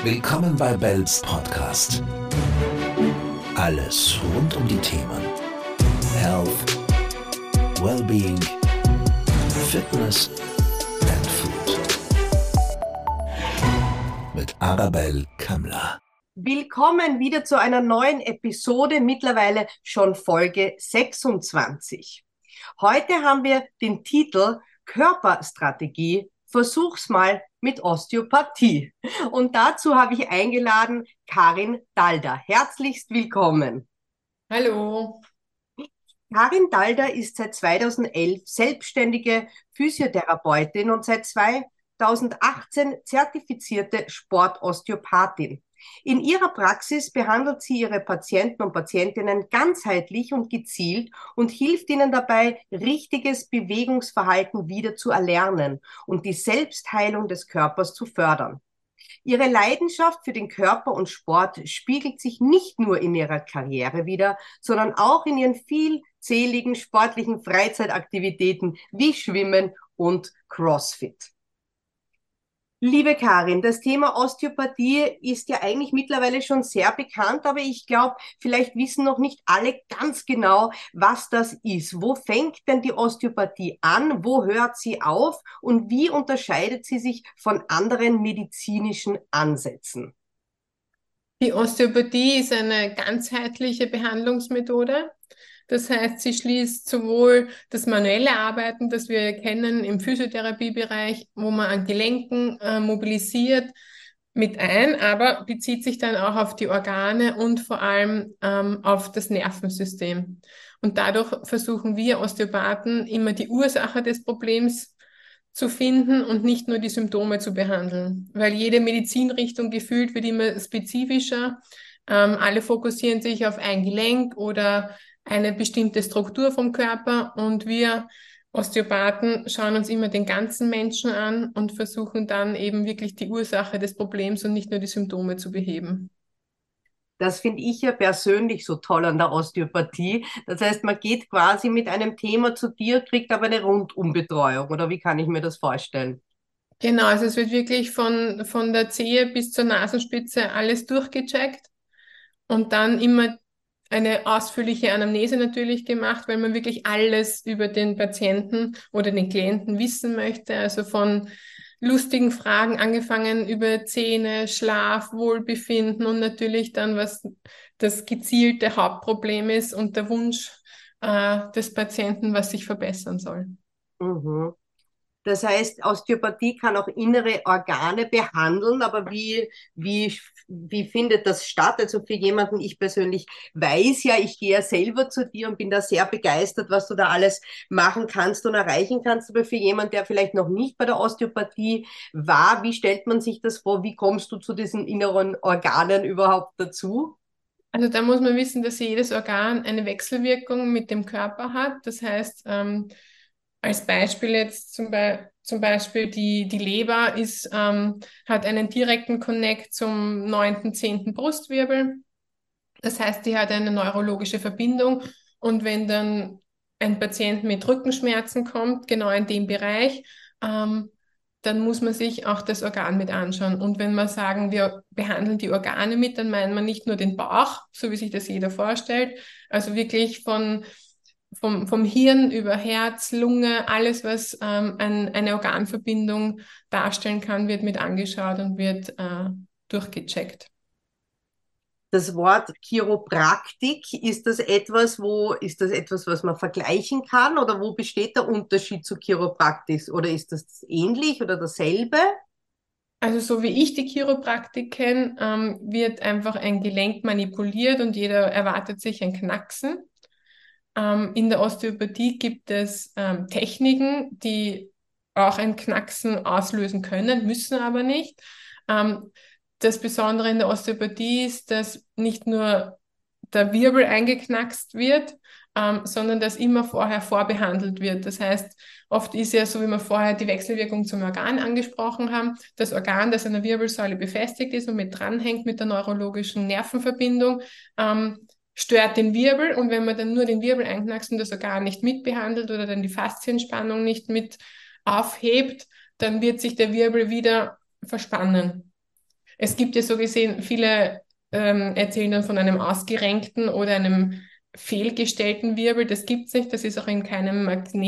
Willkommen bei Bells Podcast. Alles rund um die Themen Health, Wellbeing, Fitness and Food. Mit Arabelle Kammler. Willkommen wieder zu einer neuen Episode, mittlerweile schon Folge 26. Heute haben wir den Titel Körperstrategie. Versuch's mal mit Osteopathie. Und dazu habe ich eingeladen Karin Dalder. Herzlichst willkommen. Hallo. Karin Dalder ist seit 2011 selbstständige Physiotherapeutin und seit 2018 zertifizierte Sportosteopathin. In ihrer Praxis behandelt sie ihre Patienten und Patientinnen ganzheitlich und gezielt und hilft ihnen dabei, richtiges Bewegungsverhalten wieder zu erlernen und die Selbstheilung des Körpers zu fördern. Ihre Leidenschaft für den Körper und Sport spiegelt sich nicht nur in ihrer Karriere wider, sondern auch in ihren vielzähligen sportlichen Freizeitaktivitäten wie Schwimmen und CrossFit. Liebe Karin, das Thema Osteopathie ist ja eigentlich mittlerweile schon sehr bekannt, aber ich glaube, vielleicht wissen noch nicht alle ganz genau, was das ist. Wo fängt denn die Osteopathie an? Wo hört sie auf? Und wie unterscheidet sie sich von anderen medizinischen Ansätzen? Die Osteopathie ist eine ganzheitliche Behandlungsmethode. Das heißt, sie schließt sowohl das manuelle Arbeiten, das wir kennen im Physiotherapiebereich, wo man an Gelenken mobilisiert, mit ein, aber bezieht sich dann auch auf die Organe und vor allem auf das Nervensystem. Und dadurch versuchen wir Osteopathen immer die Ursache des Problems zu finden und nicht nur die Symptome zu behandeln, weil jede Medizinrichtung gefühlt wird immer spezifischer. Alle fokussieren sich auf ein Gelenk oder eine bestimmte Struktur vom Körper und wir Osteopathen schauen uns immer den ganzen Menschen an und versuchen dann eben wirklich die Ursache des Problems und nicht nur die Symptome zu beheben. Das finde ich ja persönlich so toll an der Osteopathie. Das heißt, man geht quasi mit einem Thema zu dir, kriegt aber eine Rundumbetreuung. Oder wie kann ich mir das vorstellen? Genau, also es wird wirklich von der Zehe bis zur Nasenspitze alles durchgecheckt und dann immer eine ausführliche Anamnese natürlich gemacht, weil man wirklich alles über den Patienten oder den Klienten wissen möchte. Also von lustigen Fragen angefangen über Zähne, Schlaf, Wohlbefinden und natürlich dann, was das gezielte Hauptproblem ist und der Wunsch des Patienten, was sich verbessern soll. Mhm. Das heißt, Osteopathie kann auch innere Organe behandeln, aber wie findet das statt? Also für jemanden, ich persönlich weiß ja, ich gehe ja selber zu dir und bin da sehr begeistert, was du da alles machen kannst und erreichen kannst. Aber für jemanden, der vielleicht noch nicht bei der Osteopathie war, wie stellt man sich das vor? Wie kommst du zu diesen inneren Organen überhaupt dazu? Also da muss man wissen, dass jedes Organ eine Wechselwirkung mit dem Körper hat. Das heißt, als Beispiel jetzt zum Beispiel die Leber hat einen direkten Connect zum neunten, zehnten Brustwirbel. Das heißt, die hat eine neurologische Verbindung. Und wenn dann ein Patient mit Rückenschmerzen kommt, genau in dem Bereich, ähm, dann muss man sich auch das Organ mit anschauen. Und wenn wir sagen, wir behandeln die Organe mit, dann meint man nicht nur den Bauch, so wie sich das jeder vorstellt, also wirklich vom Hirn über Herz, Lunge, alles, was eine Organverbindung darstellen kann, wird mit angeschaut und wird durchgecheckt. Das Wort Chiropraktik, ist das etwas, was man vergleichen kann oder wo besteht der Unterschied zu Chiropraktik? Oder ist das ähnlich oder dasselbe? Also so wie ich die Chiropraktik kenne, wird einfach ein Gelenk manipuliert und jeder erwartet sich ein Knacksen. In der Osteopathie gibt es Techniken, die auch ein Knacksen auslösen können, müssen aber nicht. Ähm, Das Besondere in der Osteopathie ist, dass nicht nur der Wirbel eingeknackst wird, sondern dass immer vorher vorbehandelt wird. Das heißt, oft ist ja so, wie wir vorher die Wechselwirkung zum Organ angesprochen haben, das Organ, das an der Wirbelsäule befestigt ist und mit dranhängt mit der neurologischen Nervenverbindung, stört den Wirbel und wenn man dann nur den Wirbel einknackst und das Organ nicht mitbehandelt oder dann die Faszienspannung nicht mit aufhebt, dann wird sich der Wirbel wieder verspannen. Es gibt ja so gesehen, viele erzählen dann von einem ausgerenkten oder einem fehlgestellten Wirbel. Das gibt es nicht. Das ist auch in keinem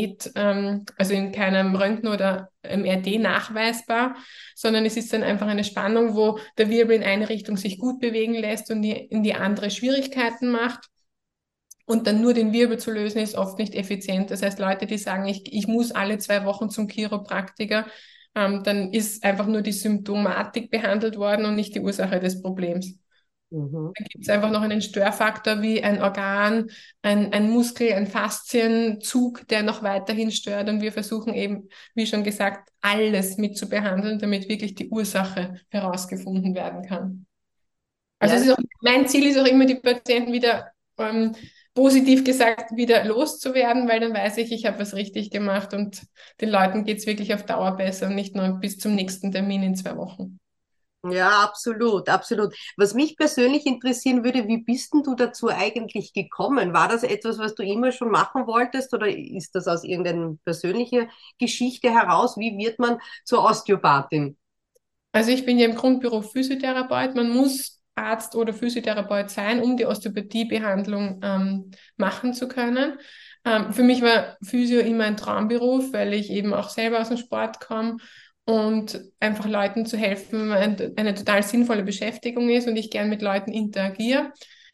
also in keinem Röntgen oder MRT nachweisbar, sondern es ist dann einfach eine Spannung, wo der Wirbel in eine Richtung sich gut bewegen lässt und in die andere Schwierigkeiten macht. Und dann nur den Wirbel zu lösen, ist oft nicht effizient. Das heißt, Leute, die sagen, ich muss alle 2 Wochen zum Chiropraktiker, dann ist einfach nur die Symptomatik behandelt worden und nicht die Ursache des Problems. Mhm. Da gibt es einfach noch einen Störfaktor wie ein Organ, ein Muskel, ein Faszienzug, der noch weiterhin stört. Und wir versuchen eben, wie schon gesagt, alles mit zu behandeln, damit wirklich die Ursache herausgefunden werden kann. Also Ja, es ist auch, mein Ziel ist auch immer, die Patienten wieder positiv gesagt wieder loszuwerden, weil dann weiß ich habe was richtig gemacht und den Leuten geht es wirklich auf Dauer besser und nicht nur bis zum nächsten Termin in 2 Wochen. ja, absolut, absolut. Was mich persönlich interessieren würde, wie bist denn du dazu eigentlich gekommen? War das etwas, was du immer schon machen wolltest oder ist das aus irgendeiner persönlichen Geschichte heraus? Wie wird man zur Osteopathin? Also ich bin ja im Grundberuf Physiotherapeut. Man muss Arzt oder Physiotherapeut sein, um die Osteopathiebehandlung machen zu können. Für mich war Physio immer ein Traumberuf, weil ich eben auch selber aus dem Sport komme und einfach Leuten zu helfen eine total sinnvolle Beschäftigung ist und ich gern mit Leuten interagiere.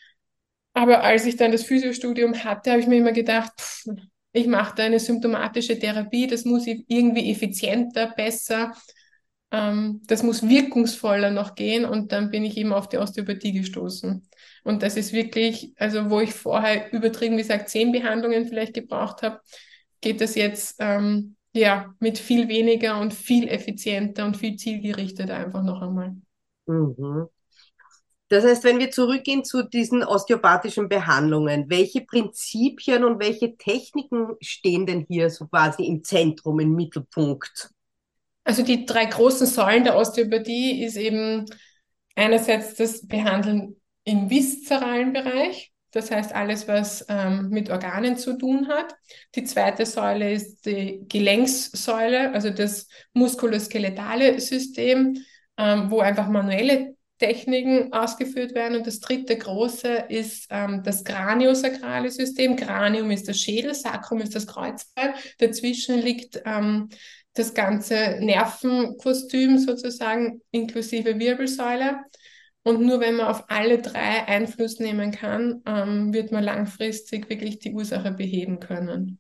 Aber als ich dann das Physiostudium hatte, habe ich mir immer gedacht, ich mache da eine symptomatische Therapie, das muss irgendwie effizienter, besser, das muss wirkungsvoller noch gehen und dann bin ich eben auf die Osteopathie gestoßen. Und das ist wirklich, also wo ich vorher übertrieben gesagt 10 Behandlungen vielleicht gebraucht habe, geht das jetzt ja mit viel weniger und viel effizienter und viel zielgerichteter einfach noch einmal. Mhm. Das heißt, wenn wir zurückgehen zu diesen osteopathischen Behandlungen, welche Prinzipien und welche Techniken stehen denn hier so quasi im Zentrum, im Mittelpunkt? Also die 3 großen Säulen der Osteopathie ist eben einerseits das Behandeln im viszeralen Bereich, das heißt alles, was mit Organen zu tun hat. Die zweite Säule ist die Gelenkssäule, also das muskuloskeletale System, wo einfach manuelle Techniken ausgeführt werden. Und das dritte große ist das kraniosakrale System. Kranium ist der Schädel, Sacrum ist das Kreuzbein. Dazwischen liegt das ganze Nervenkostüm sozusagen inklusive Wirbelsäule. Und nur wenn man auf alle 3 Einfluss nehmen kann, wird man langfristig wirklich die Ursache beheben können.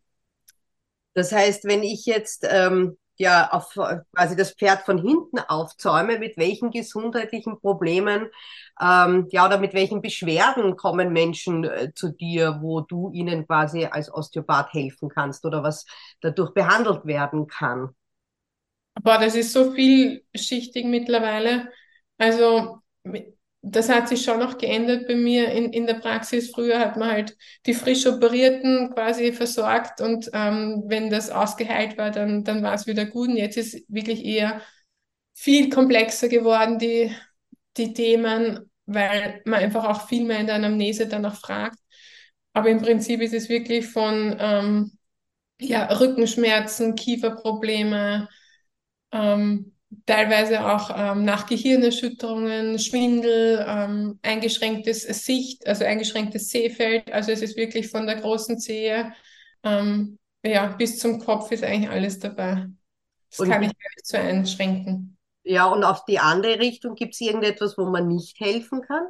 Das heißt, wenn ich jetzt ja auf quasi das Pferd von hinten aufzäume, mit welchen gesundheitlichen Problemen ja oder mit welchen Beschwerden kommen Menschen zu dir, wo du ihnen quasi als Osteopath helfen kannst oder was dadurch behandelt werden kann? Aber das ist so vielschichtig mittlerweile. Also das hat sich schon noch geändert bei mir in der Praxis. Früher hat man halt die frisch Operierten quasi versorgt und wenn das ausgeheilt war, dann war es wieder gut. Und jetzt ist wirklich eher viel komplexer geworden, die Themen, weil man einfach auch viel mehr in der Anamnese danach fragt. Aber im Prinzip ist es wirklich von ja, Rückenschmerzen, Kieferprobleme, teilweise auch nach Gehirnerschütterungen, Schwindel, eingeschränktes Sicht, also eingeschränktes Sehfeld. Also es ist wirklich von der großen Zehe ja, bis zum Kopf ist eigentlich alles dabei. Das Und kann ich gar nicht so einschränken. ja, und auf die andere Richtung gibt es irgendetwas, wo man nicht helfen kann?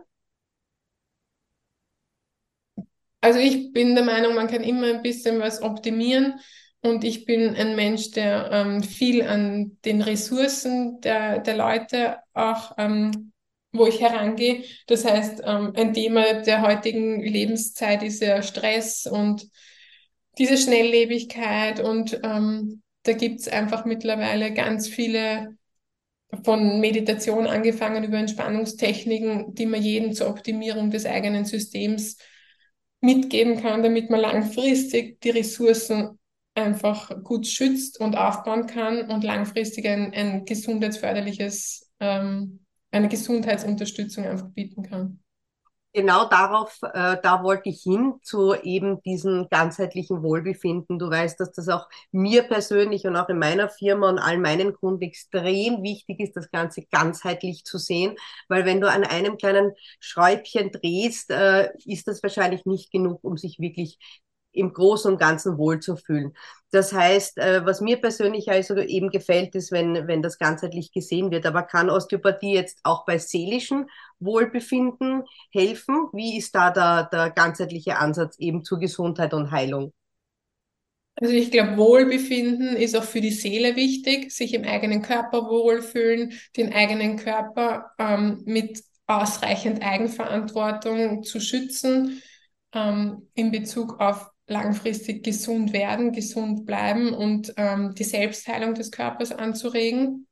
Also ich bin der Meinung, man kann immer ein bisschen was optimieren und ich bin ein Mensch, der viel an den Ressourcen der Leute auch, wo ich herangehe. Das heißt, ein Thema der heutigen Lebenszeit ist ja Stress und diese Schnelllebigkeit und da gibt's einfach mittlerweile ganz viele von Meditation angefangen über Entspannungstechniken, die man jedem zur Optimierung des eigenen Systems mitgeben kann, damit man langfristig die Ressourcen einfach gut schützt und aufbauen kann und langfristig ein gesundheitsförderliches, eine Gesundheitsunterstützung einfach bieten kann. Genau darauf, da wollte ich hin, zu eben diesem ganzheitlichen Wohlbefinden. Du weißt, dass das auch mir persönlich und auch in meiner Firma und all meinen Kunden extrem wichtig ist, das Ganze ganzheitlich zu sehen, weil wenn du an einem kleinen Schräubchen drehst, ist das wahrscheinlich nicht genug, um sich wirklich im Großen und Ganzen wohlzufühlen. Das heißt, was mir persönlich also eben gefällt, ist, wenn das ganzheitlich gesehen wird. Aber kann Osteopathie jetzt auch bei seelischem Wohlbefinden helfen? Wie ist da der ganzheitliche Ansatz eben zur Gesundheit und Heilung? Also ich glaube, Wohlbefinden ist auch für die Seele wichtig, sich im eigenen Körper wohlfühlen, den eigenen Körper mit ausreichend Eigenverantwortung zu schützen, in Bezug auf langfristig gesund werden, gesund bleiben und die Selbstheilung des Körpers anzuregen.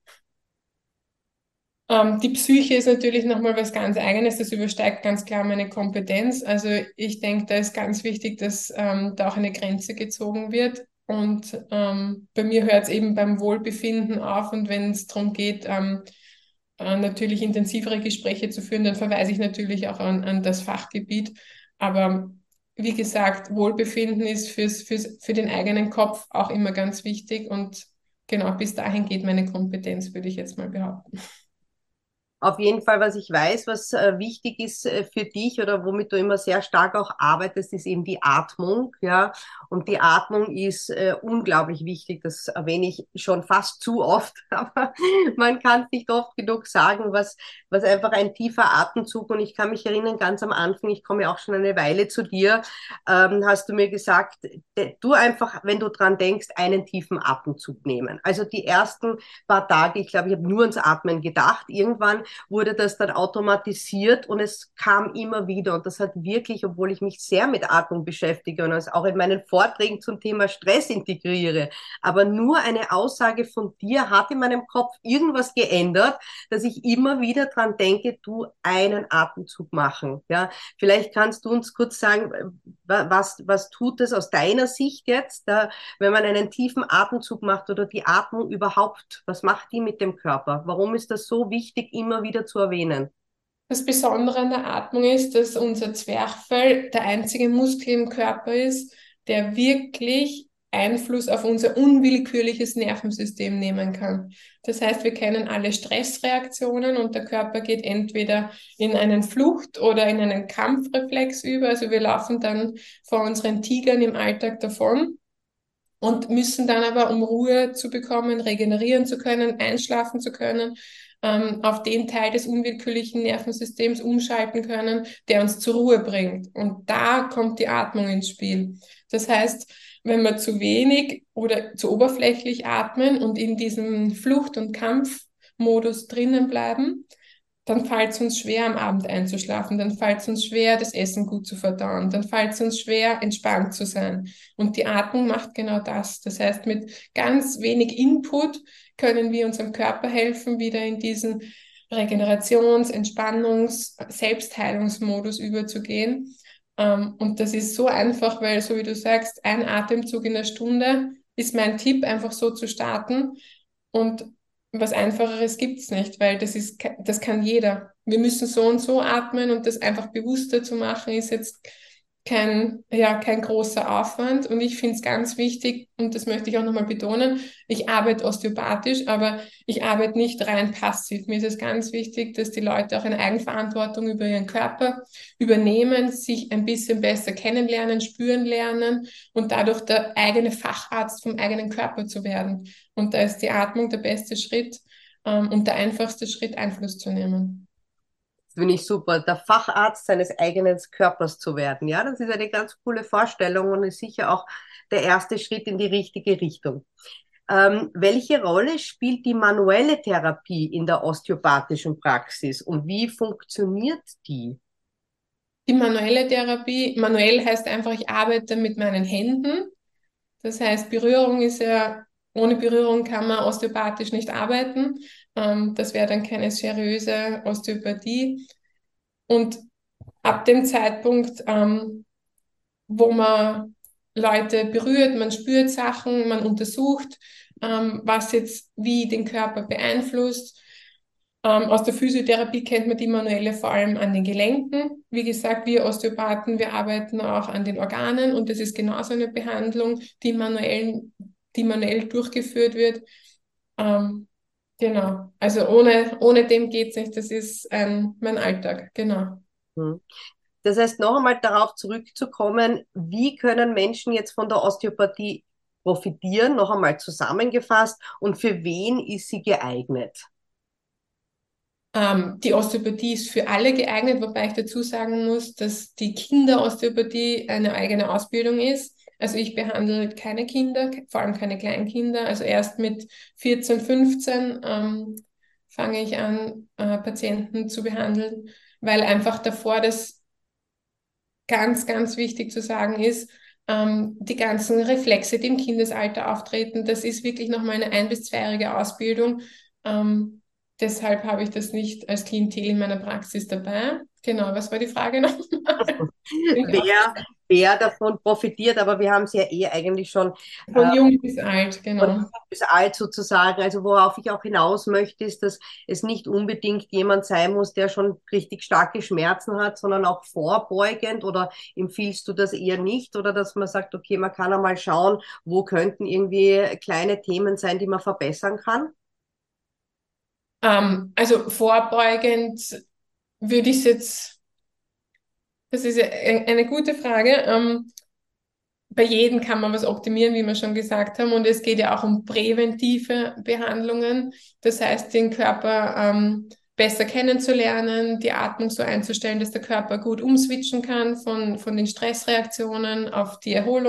Die Psyche ist natürlich nochmal was ganz Eigenes, das übersteigt ganz klar meine Kompetenz. Also ich denke, da ist ganz wichtig, dass da auch eine Grenze gezogen wird. Und bei mir hört es eben beim Wohlbefinden auf. Und wenn es darum geht, natürlich intensivere Gespräche zu führen, dann verweise ich natürlich auch an das Fachgebiet. Aber wie gesagt, Wohlbefinden ist für den eigenen Kopf auch immer ganz wichtig. Und genau bis dahin geht meine Kompetenz, würde ich jetzt mal behaupten. Auf jeden Fall, was ich weiß, was wichtig ist für dich oder womit du immer sehr stark auch arbeitest, ist eben die Atmung, ja. Und die Atmung ist unglaublich wichtig. Das erwähne ich schon fast zu oft, aber man kann es nicht oft genug sagen, was einfach ein tiefer Atemzug. Und ich kann mich erinnern, ganz am Anfang, ich komme ja auch schon eine Weile zu dir, hast du mir gesagt, du einfach, wenn du dran denkst, einen tiefen Atemzug nehmen. Also die ersten paar Tage, ich glaube, ich habe nur ans Atmen gedacht. Irgendwann wurde das dann automatisiert und es kam immer wieder. Und das hat wirklich, obwohl ich mich sehr mit Atmung beschäftige und es auch in meinen Vorträgen zum Thema Stress integriere, aber nur eine Aussage von dir hat in meinem Kopf irgendwas geändert, dass ich immer wieder dran denke, du einen Atemzug machen. Ja, vielleicht kannst du uns kurz sagen, was tut es aus deiner Sicht jetzt, wenn man einen tiefen Atemzug macht oder die Atmung überhaupt, was macht die mit dem Körper? Warum ist das so wichtig, immer wieder zu erwähnen? Das Besondere an der Atmung ist, dass unser Zwerchfell der einzige Muskel im Körper ist, der wirklich Einfluss auf unser unwillkürliches Nervensystem nehmen kann. Das heißt, wir kennen alle Stressreaktionen und der Körper geht entweder in einen Flucht- oder in einen Kampfreflex über. Also wir laufen dann vor unseren Tigern im Alltag davon und müssen dann aber, um Ruhe zu bekommen, regenerieren zu können, einschlafen zu können, auf den Teil des unwillkürlichen Nervensystems umschalten können, der uns zur Ruhe bringt. Und da kommt die Atmung ins Spiel. Das heißt, wenn wir zu wenig oder zu oberflächlich atmen und in diesem Flucht- und Kampfmodus drinnen bleiben, dann fällt es uns schwer, am Abend einzuschlafen, dann fällt es uns schwer, das Essen gut zu verdauen, dann fällt es uns schwer, entspannt zu sein. Und die Atmung macht genau das. Das heißt, mit ganz wenig Input können wir unserem Körper helfen, wieder in diesen Regenerations-, Entspannungs-, Selbstheilungsmodus überzugehen. Und das ist so einfach, weil, so wie du sagst, ein Atemzug in der Stunde ist mein Tipp, einfach so zu starten. Und was Einfacheres gibt's nicht, weil das kann jeder. Wir müssen so und so atmen und das einfach bewusster zu machen, ist jetzt kein großer Aufwand. Und ich finde es ganz wichtig, und das möchte ich auch nochmal betonen, ich arbeite osteopathisch, aber ich arbeite nicht rein passiv. Mir ist es ganz wichtig, dass die Leute auch eine Eigenverantwortung über ihren Körper übernehmen, sich ein bisschen besser kennenlernen, spüren lernen und dadurch der eigene Facharzt vom eigenen Körper zu werden. Und da ist die Atmung der beste Schritt, und der einfachste Schritt, Einfluss zu nehmen. Das finde ich super, der Facharzt seines eigenen Körpers zu werden. Ja, das ist eine ganz coole Vorstellung und ist sicher auch der erste Schritt in die richtige Richtung. Welche Rolle spielt die manuelle Therapie in der osteopathischen Praxis und wie funktioniert die? Die manuelle Therapie, manuell heißt einfach, ich arbeite mit meinen Händen. Das heißt, Berührung ist ja, ohne Berührung kann man osteopathisch nicht arbeiten. Das wäre dann keine seriöse Osteopathie. Und ab dem Zeitpunkt, wo man Leute berührt, man spürt Sachen, man untersucht, was jetzt wie den Körper beeinflusst. Aus der Physiotherapie kennt man die manuelle vor allem an den Gelenken. wie gesagt, wir Osteopathen, wir arbeiten auch an den Organen und das ist genauso eine Behandlung, die manuell durchgeführt wird. Ähm, genau, also ohne dem geht's nicht. Das ist mein Alltag, genau. Hm. Das heißt, noch einmal darauf zurückzukommen, wie können Menschen jetzt von der Osteopathie profitieren, noch einmal zusammengefasst, und für wen ist sie geeignet? Die Osteopathie ist für alle geeignet, wobei ich dazu sagen muss, dass die Kinderosteopathie eine eigene Ausbildung ist. Also ich behandle keine Kinder, vor allem keine Kleinkinder. Also erst mit 14, 15 fange ich an, Patienten zu behandeln, weil einfach davor das ganz, ganz wichtig zu sagen ist, die ganzen Reflexe, die im Kindesalter auftreten, das ist wirklich nochmal eine 1- bis 2-jährige Ausbildung. Deshalb habe ich das nicht als Klientel in meiner Praxis dabei. Genau, was war die Frage nochmal? Wer, wer davon profitiert, aber wir haben es ja eh eigentlich schon Von jung bis alt, von genau. jung bis alt sozusagen. Also worauf ich auch hinaus möchte, ist, dass es nicht unbedingt jemand sein muss, der schon richtig starke Schmerzen hat, sondern auch vorbeugend, oder empfiehlst du das eher nicht, oder dass man sagt, okay, man kann einmal schauen, wo könnten irgendwie kleine Themen sein, die man verbessern kann? Also vorbeugend würde ich es jetzt, das ist eine gute Frage. Bei jedem kann man was optimieren, wie wir schon gesagt haben. Und es geht ja auch um präventive Behandlungen. Das heißt, den Körper besser kennenzulernen, die Atmung so einzustellen, dass der Körper gut umswitchen kann von den Stressreaktionen auf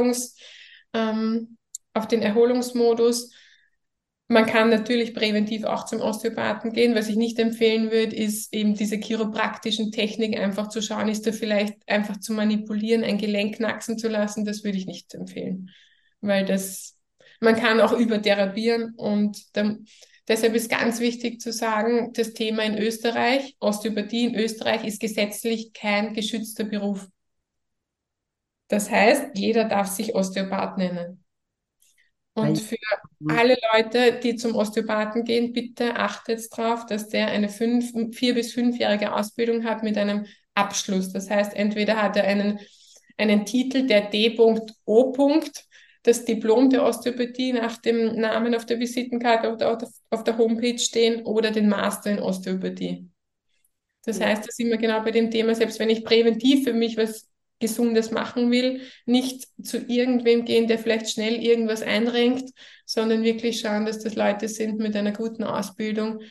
auf den Erholungsmodus. Man kann natürlich präventiv auch zum Osteopathen gehen. Was ich nicht empfehlen würde, ist eben diese chiropraktischen Techniken einfach zu schauen, ist da vielleicht einfach zu manipulieren, ein Gelenk knacksen zu lassen. Das würde ich nicht empfehlen, weil man kann auch übertherapieren und deshalb ist ganz wichtig zu sagen, das Thema in Österreich, Osteopathie in Österreich ist gesetzlich kein geschützter Beruf. Das heißt, jeder darf sich Osteopath nennen. Und für alle Leute, die zum Osteopathen gehen, bitte achtet darauf, dass der eine 4- bis 5-jährige Ausbildung hat mit einem Abschluss. Das heißt, entweder hat er einen Titel, der D.O. Das Diplom der Osteopathie nach dem Namen auf der Visitenkarte oder auf der Homepage stehen, oder den Master in Osteopathie. Das heißt, da sind wir genau bei dem Thema, selbst wenn ich präventiv für mich was Gesundes machen will, nicht zu irgendwem gehen, der vielleicht schnell irgendwas einrenkt, sondern wirklich schauen, dass das Leute sind mit einer guten Ausbildung,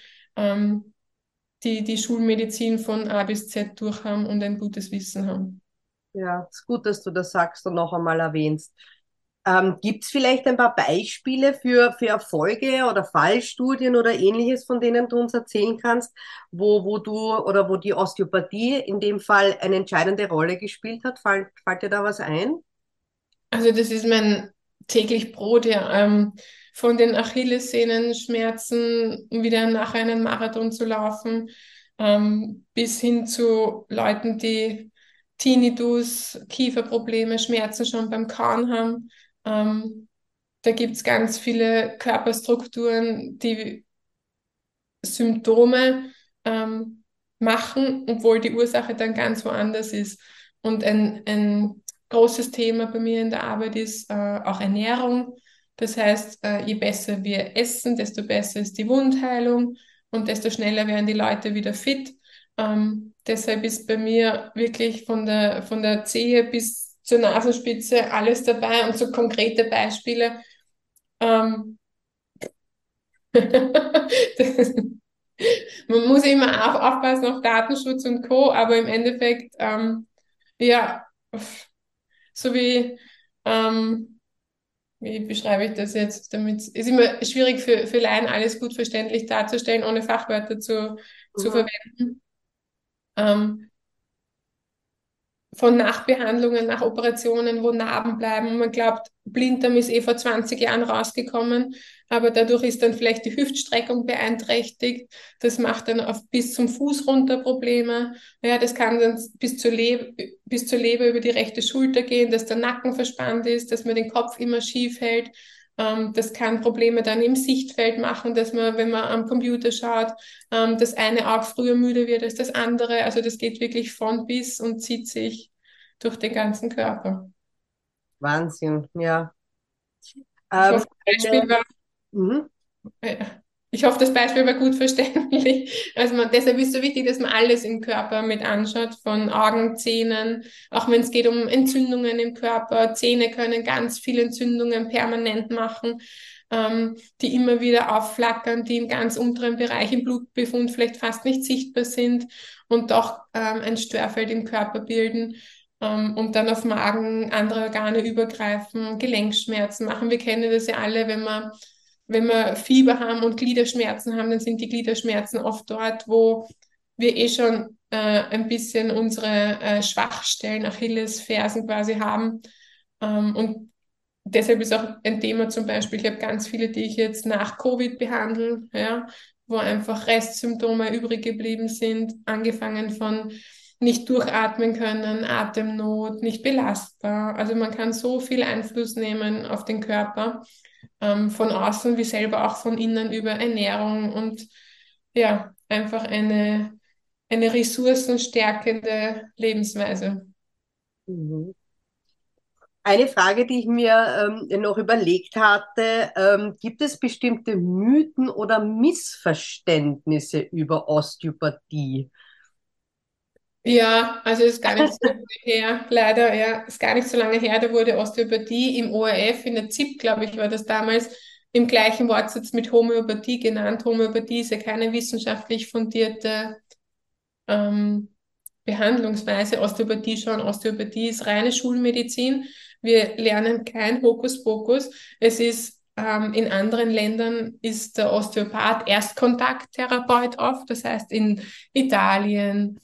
die die Schulmedizin von A bis Z durchhaben und ein gutes Wissen haben. Ja, ist gut, dass du das sagst und noch einmal erwähnst. Gibt es vielleicht ein paar Beispiele für Erfolge oder Fallstudien oder ähnliches, von denen du uns erzählen kannst, wo du oder wo die Osteopathie in dem Fall eine entscheidende Rolle gespielt hat? Fällt dir da was ein? Also das ist mein täglich Brot, ja. Von den Achillessehnenschmerzen wieder nach einem Marathon zu laufen, bis hin zu Leuten, die Tinnitus, Kieferprobleme, Schmerzen schon beim Kauen haben. Da gibt es ganz viele Körperstrukturen, die Symptome machen, obwohl die Ursache dann ganz woanders ist. Und ein großes Thema bei mir in der Arbeit ist auch Ernährung. Das heißt, je besser wir essen, desto besser ist die Wundheilung und desto schneller werden die Leute wieder fit. Deshalb ist bei mir wirklich von der Zehe bis zur Nasenspitze alles dabei und so konkrete Beispiele. Ähm, das, man muss immer aufpassen auf Datenschutz und Co., aber im Endeffekt, ja, so wie beschreibe ich das jetzt, damit es ist immer schwierig für Laien alles gut verständlich darzustellen, ohne Fachwörter zu Mhm. verwenden. Ähm, von Nachbehandlungen, nach Operationen, wo Narben bleiben. Und man glaubt, Blinddarm ist eh vor 20 Jahren rausgekommen, aber dadurch ist dann vielleicht die Hüftstreckung beeinträchtigt. Das macht dann auf bis zum Fuß runter Probleme. Ja, das kann dann bis zur Leber über die rechte Schulter gehen, dass der Nacken verspannt ist, dass man den Kopf immer schief hält. Das kann Probleme dann im Sichtfeld machen, dass man, wenn man am Computer schaut, das eine Auge früher müde wird als das andere. Also das geht wirklich von bis und zieht sich durch den ganzen Körper. Wahnsinn, ja. Ich hoffe, das Beispiel Eine, war mhm. Ja. Ich hoffe, das Beispiel war gut verständlich. Also deshalb ist es so wichtig, dass man alles im Körper mit anschaut, von Augen, Zähnen, auch wenn es geht um Entzündungen im Körper. Zähne können ganz viele Entzündungen permanent machen, die immer wieder aufflackern, die im ganz unteren Bereich im Blutbefund vielleicht fast nicht sichtbar sind und doch ein Störfeld im Körper bilden. Und dann auf Magen, andere Organe übergreifen, Gelenkschmerzen machen. Wir kennen das ja alle, wenn wir Fieber haben und Gliederschmerzen haben, dann sind die Gliederschmerzen oft dort, wo wir eh schon ein bisschen unsere Schwachstellen, Achillesfersen quasi haben. Und deshalb ist auch ein Thema zum Beispiel, ich habe ganz viele, die ich jetzt nach Covid behandle, ja, wo einfach Restsymptome übrig geblieben sind, angefangen von nicht durchatmen können, Atemnot, nicht belastbar. Also man kann so viel Einfluss nehmen auf den Körper, von außen wie selber auch von innen über Ernährung und ja, einfach eine ressourcenstärkende Lebensweise. Mhm. Eine Frage, die ich mir noch überlegt hatte, gibt es bestimmte Mythen oder Missverständnisse über Osteopathie? Ja, also ist gar nicht so lange her, leider, ja, ist gar nicht so lange her, da wurde Osteopathie im ORF, in der ZIP, glaube ich, war das damals, im gleichen Wortsatz mit Homöopathie genannt. Homöopathie ist ja keine wissenschaftlich fundierte ähm, Behandlungsweise, Osteopathie schon. Osteopathie ist reine Schulmedizin. Wir lernen kein Hokuspokus. Es ist in anderen Ländern ist der Osteopath Erstkontakttherapeut oft. Das heißt, in Italien,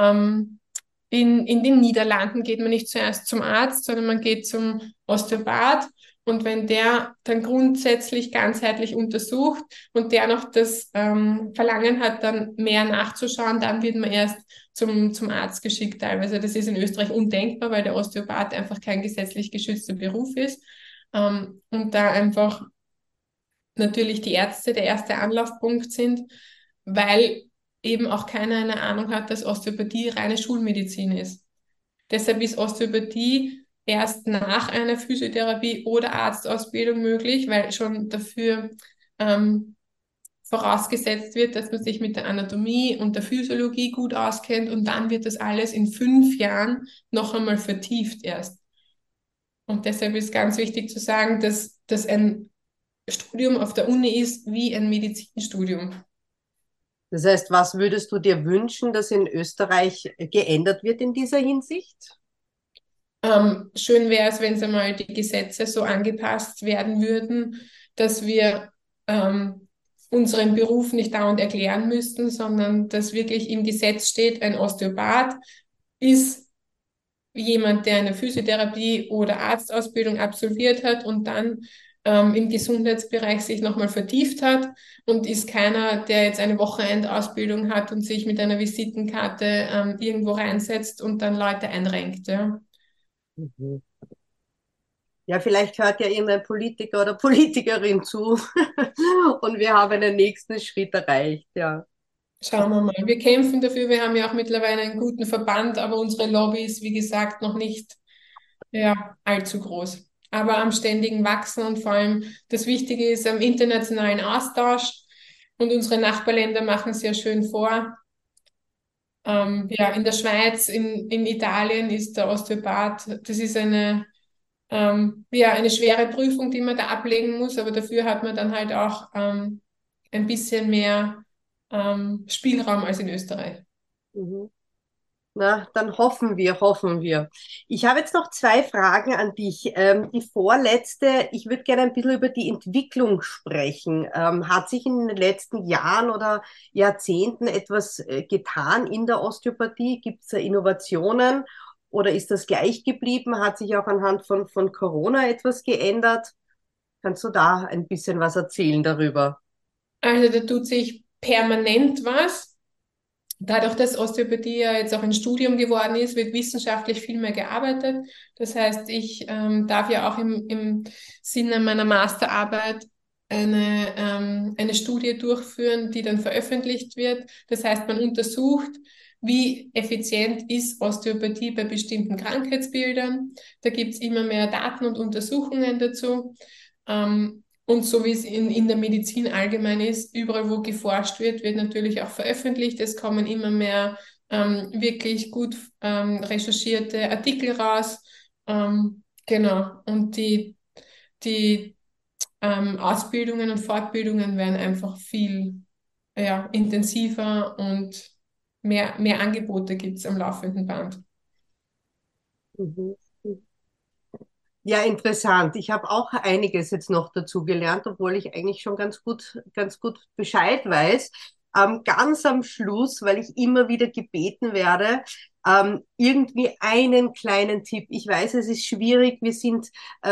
in den Niederlanden geht man nicht zuerst zum Arzt, sondern man geht zum Osteopath. Und wenn der dann grundsätzlich ganzheitlich untersucht und der noch das Verlangen hat, dann mehr nachzuschauen, dann wird man erst zum Arzt geschickt teilweise. Das ist in Österreich undenkbar, weil der Osteopath einfach kein gesetzlich geschützter Beruf ist. Und da einfach natürlich die Ärzte der erste Anlaufpunkt sind, weil eben auch keiner eine Ahnung hat, dass Osteopathie reine Schulmedizin ist. Deshalb ist Osteopathie erst nach einer Physiotherapie oder Arztausbildung möglich, weil schon dafür ähm, vorausgesetzt wird, dass man sich mit der Anatomie und der Physiologie gut auskennt und dann wird das alles in 5 Jahren noch einmal vertieft erst. Und deshalb ist ganz wichtig zu sagen, dass das ein Studium auf der Uni ist wie ein Medizinstudium. Das heißt, was würdest du dir wünschen, dass in Österreich geändert wird in dieser Hinsicht? Schön wäre es, wenn es einmal die Gesetze so angepasst werden würden, dass wir unseren Beruf nicht dauernd erklären müssten, sondern dass wirklich im Gesetz steht, ein Osteopath ist jemand, der eine Physiotherapie oder Arztausbildung absolviert hat und dann im Gesundheitsbereich sich nochmal vertieft hat und ist keiner, der jetzt eine Wochenendausbildung hat und sich mit einer Visitenkarte irgendwo reinsetzt und dann Leute einrenkt. Ja. Mhm. Ja, vielleicht hört ja irgendein Politiker oder Politikerin zu und wir haben den nächsten Schritt erreicht, ja. Schauen wir mal. Wir kämpfen dafür. Wir haben ja auch mittlerweile einen guten Verband, aber unsere Lobby ist, wie gesagt, noch nicht ja, allzu groß. Aber am ständigen Wachsen und vor allem das Wichtige ist am internationalen Austausch. Und unsere Nachbarländer machen es ja schön vor. Ja, in der Schweiz, in Italien ist der Osteopath, das ist ja, eine schwere Prüfung, die man da ablegen muss, aber dafür hat man dann halt auch ein bisschen mehr Spielraum als in Österreich. Mhm. Na, dann hoffen wir, hoffen wir. Ich habe jetzt noch zwei Fragen an dich. Die vorletzte, ich würde gerne ein bisschen über die Entwicklung sprechen. Hat sich in den letzten Jahren oder Jahrzehnten etwas getan in der Osteopathie? Gibt es da Innovationen oder ist das gleich geblieben? Hat sich auch anhand von Corona etwas geändert? Kannst du da ein bisschen was erzählen darüber? Also da tut sich permanent was. Dadurch, dass Osteopathie ja jetzt auch ein Studium geworden ist, wird wissenschaftlich viel mehr gearbeitet. Das heißt, ich darf ja auch im Sinne meiner Masterarbeit eine Studie durchführen, die dann veröffentlicht wird. Das heißt, man untersucht, wie effizient ist Osteopathie bei bestimmten Krankheitsbildern. Da gibt es immer mehr Daten und Untersuchungen dazu. Und so wie es in der Medizin allgemein ist, überall wo geforscht wird, wird natürlich auch veröffentlicht. Es kommen immer mehr wirklich gut recherchierte Artikel raus. Genau. Und die Ausbildungen und Fortbildungen werden einfach viel intensiver und mehr Angebote gibt es am laufenden Band. Mhm. Ja, interessant. Ich habe auch einiges jetzt noch dazu gelernt, obwohl ich eigentlich schon ganz gut Bescheid weiß. Ganz am Schluss, weil ich immer wieder gebeten werde, irgendwie einen kleinen Tipp. Ich weiß, es ist schwierig. Wir sind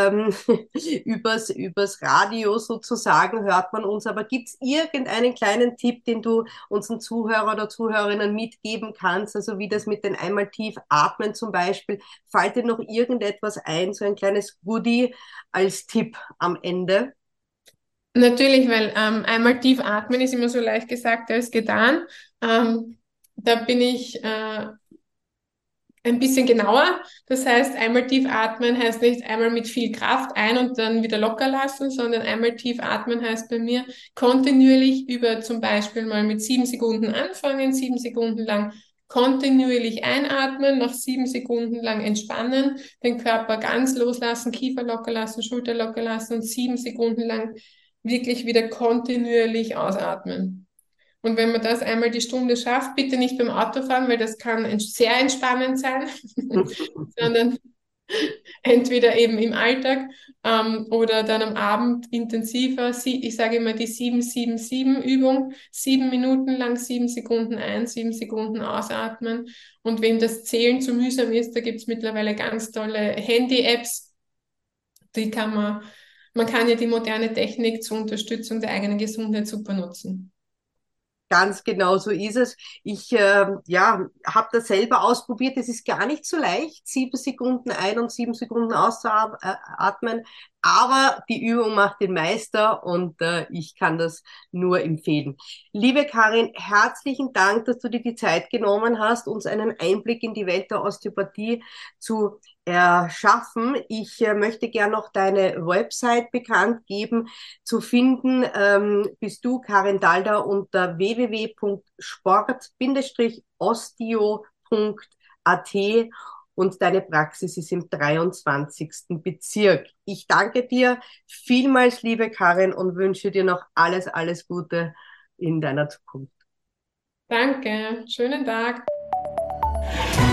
übers Radio sozusagen, hört man uns. Aber gibt es irgendeinen kleinen Tipp, den du unseren Zuhörer oder Zuhörerinnen mitgeben kannst? Also wie das mit den einmal tief atmen zum Beispiel. Fällt dir noch irgendetwas ein, so ein kleines Goodie als Tipp am Ende? Natürlich, weil einmal tief atmen ist immer so leicht gesagt als getan. Da bin ich ein bisschen genauer. Das heißt, einmal tief atmen heißt nicht einmal mit viel Kraft ein und dann wieder locker lassen, sondern einmal tief atmen heißt bei mir kontinuierlich über zum Beispiel mal mit 7 Sekunden anfangen, 7 Sekunden lang kontinuierlich einatmen, nach 7 Sekunden lang entspannen, den Körper ganz loslassen, Kiefer locker lassen, Schulter locker lassen und 7 Sekunden lang wirklich wieder kontinuierlich ausatmen. Und wenn man das einmal die Stunde schafft, bitte nicht beim Autofahren, weil das kann sehr entspannend sein, sondern entweder eben im Alltag oder dann am Abend intensiver. Ich sage immer die 7-7-7-Übung, 7 Minuten lang 7 Sekunden ein, 7 Sekunden ausatmen. Und wem das Zählen zu mühsam ist, da gibt es mittlerweile ganz tolle Handy-Apps, die man kann ja die moderne Technik zur Unterstützung der eigenen Gesundheit super nutzen. Ganz genau so ist es. Ich ja, habe das selber ausprobiert. Es ist gar nicht so leicht, 7 Sekunden ein und 7 Sekunden auszuatmen. Aber die Übung macht den Meister und ich kann das nur empfehlen. Liebe Karin, herzlichen Dank, dass du dir die Zeit genommen hast, uns einen Einblick in die Welt der Osteopathie zu erschaffen. Ich möchte gern noch deine Website bekannt geben. Zu finden bist du, Karin Dalder, unter www.sport-osteo.at und deine Praxis ist im 23. Bezirk. Ich danke dir vielmals, liebe Karin, und wünsche dir noch alles Gute in deiner Zukunft. Danke, schönen Tag.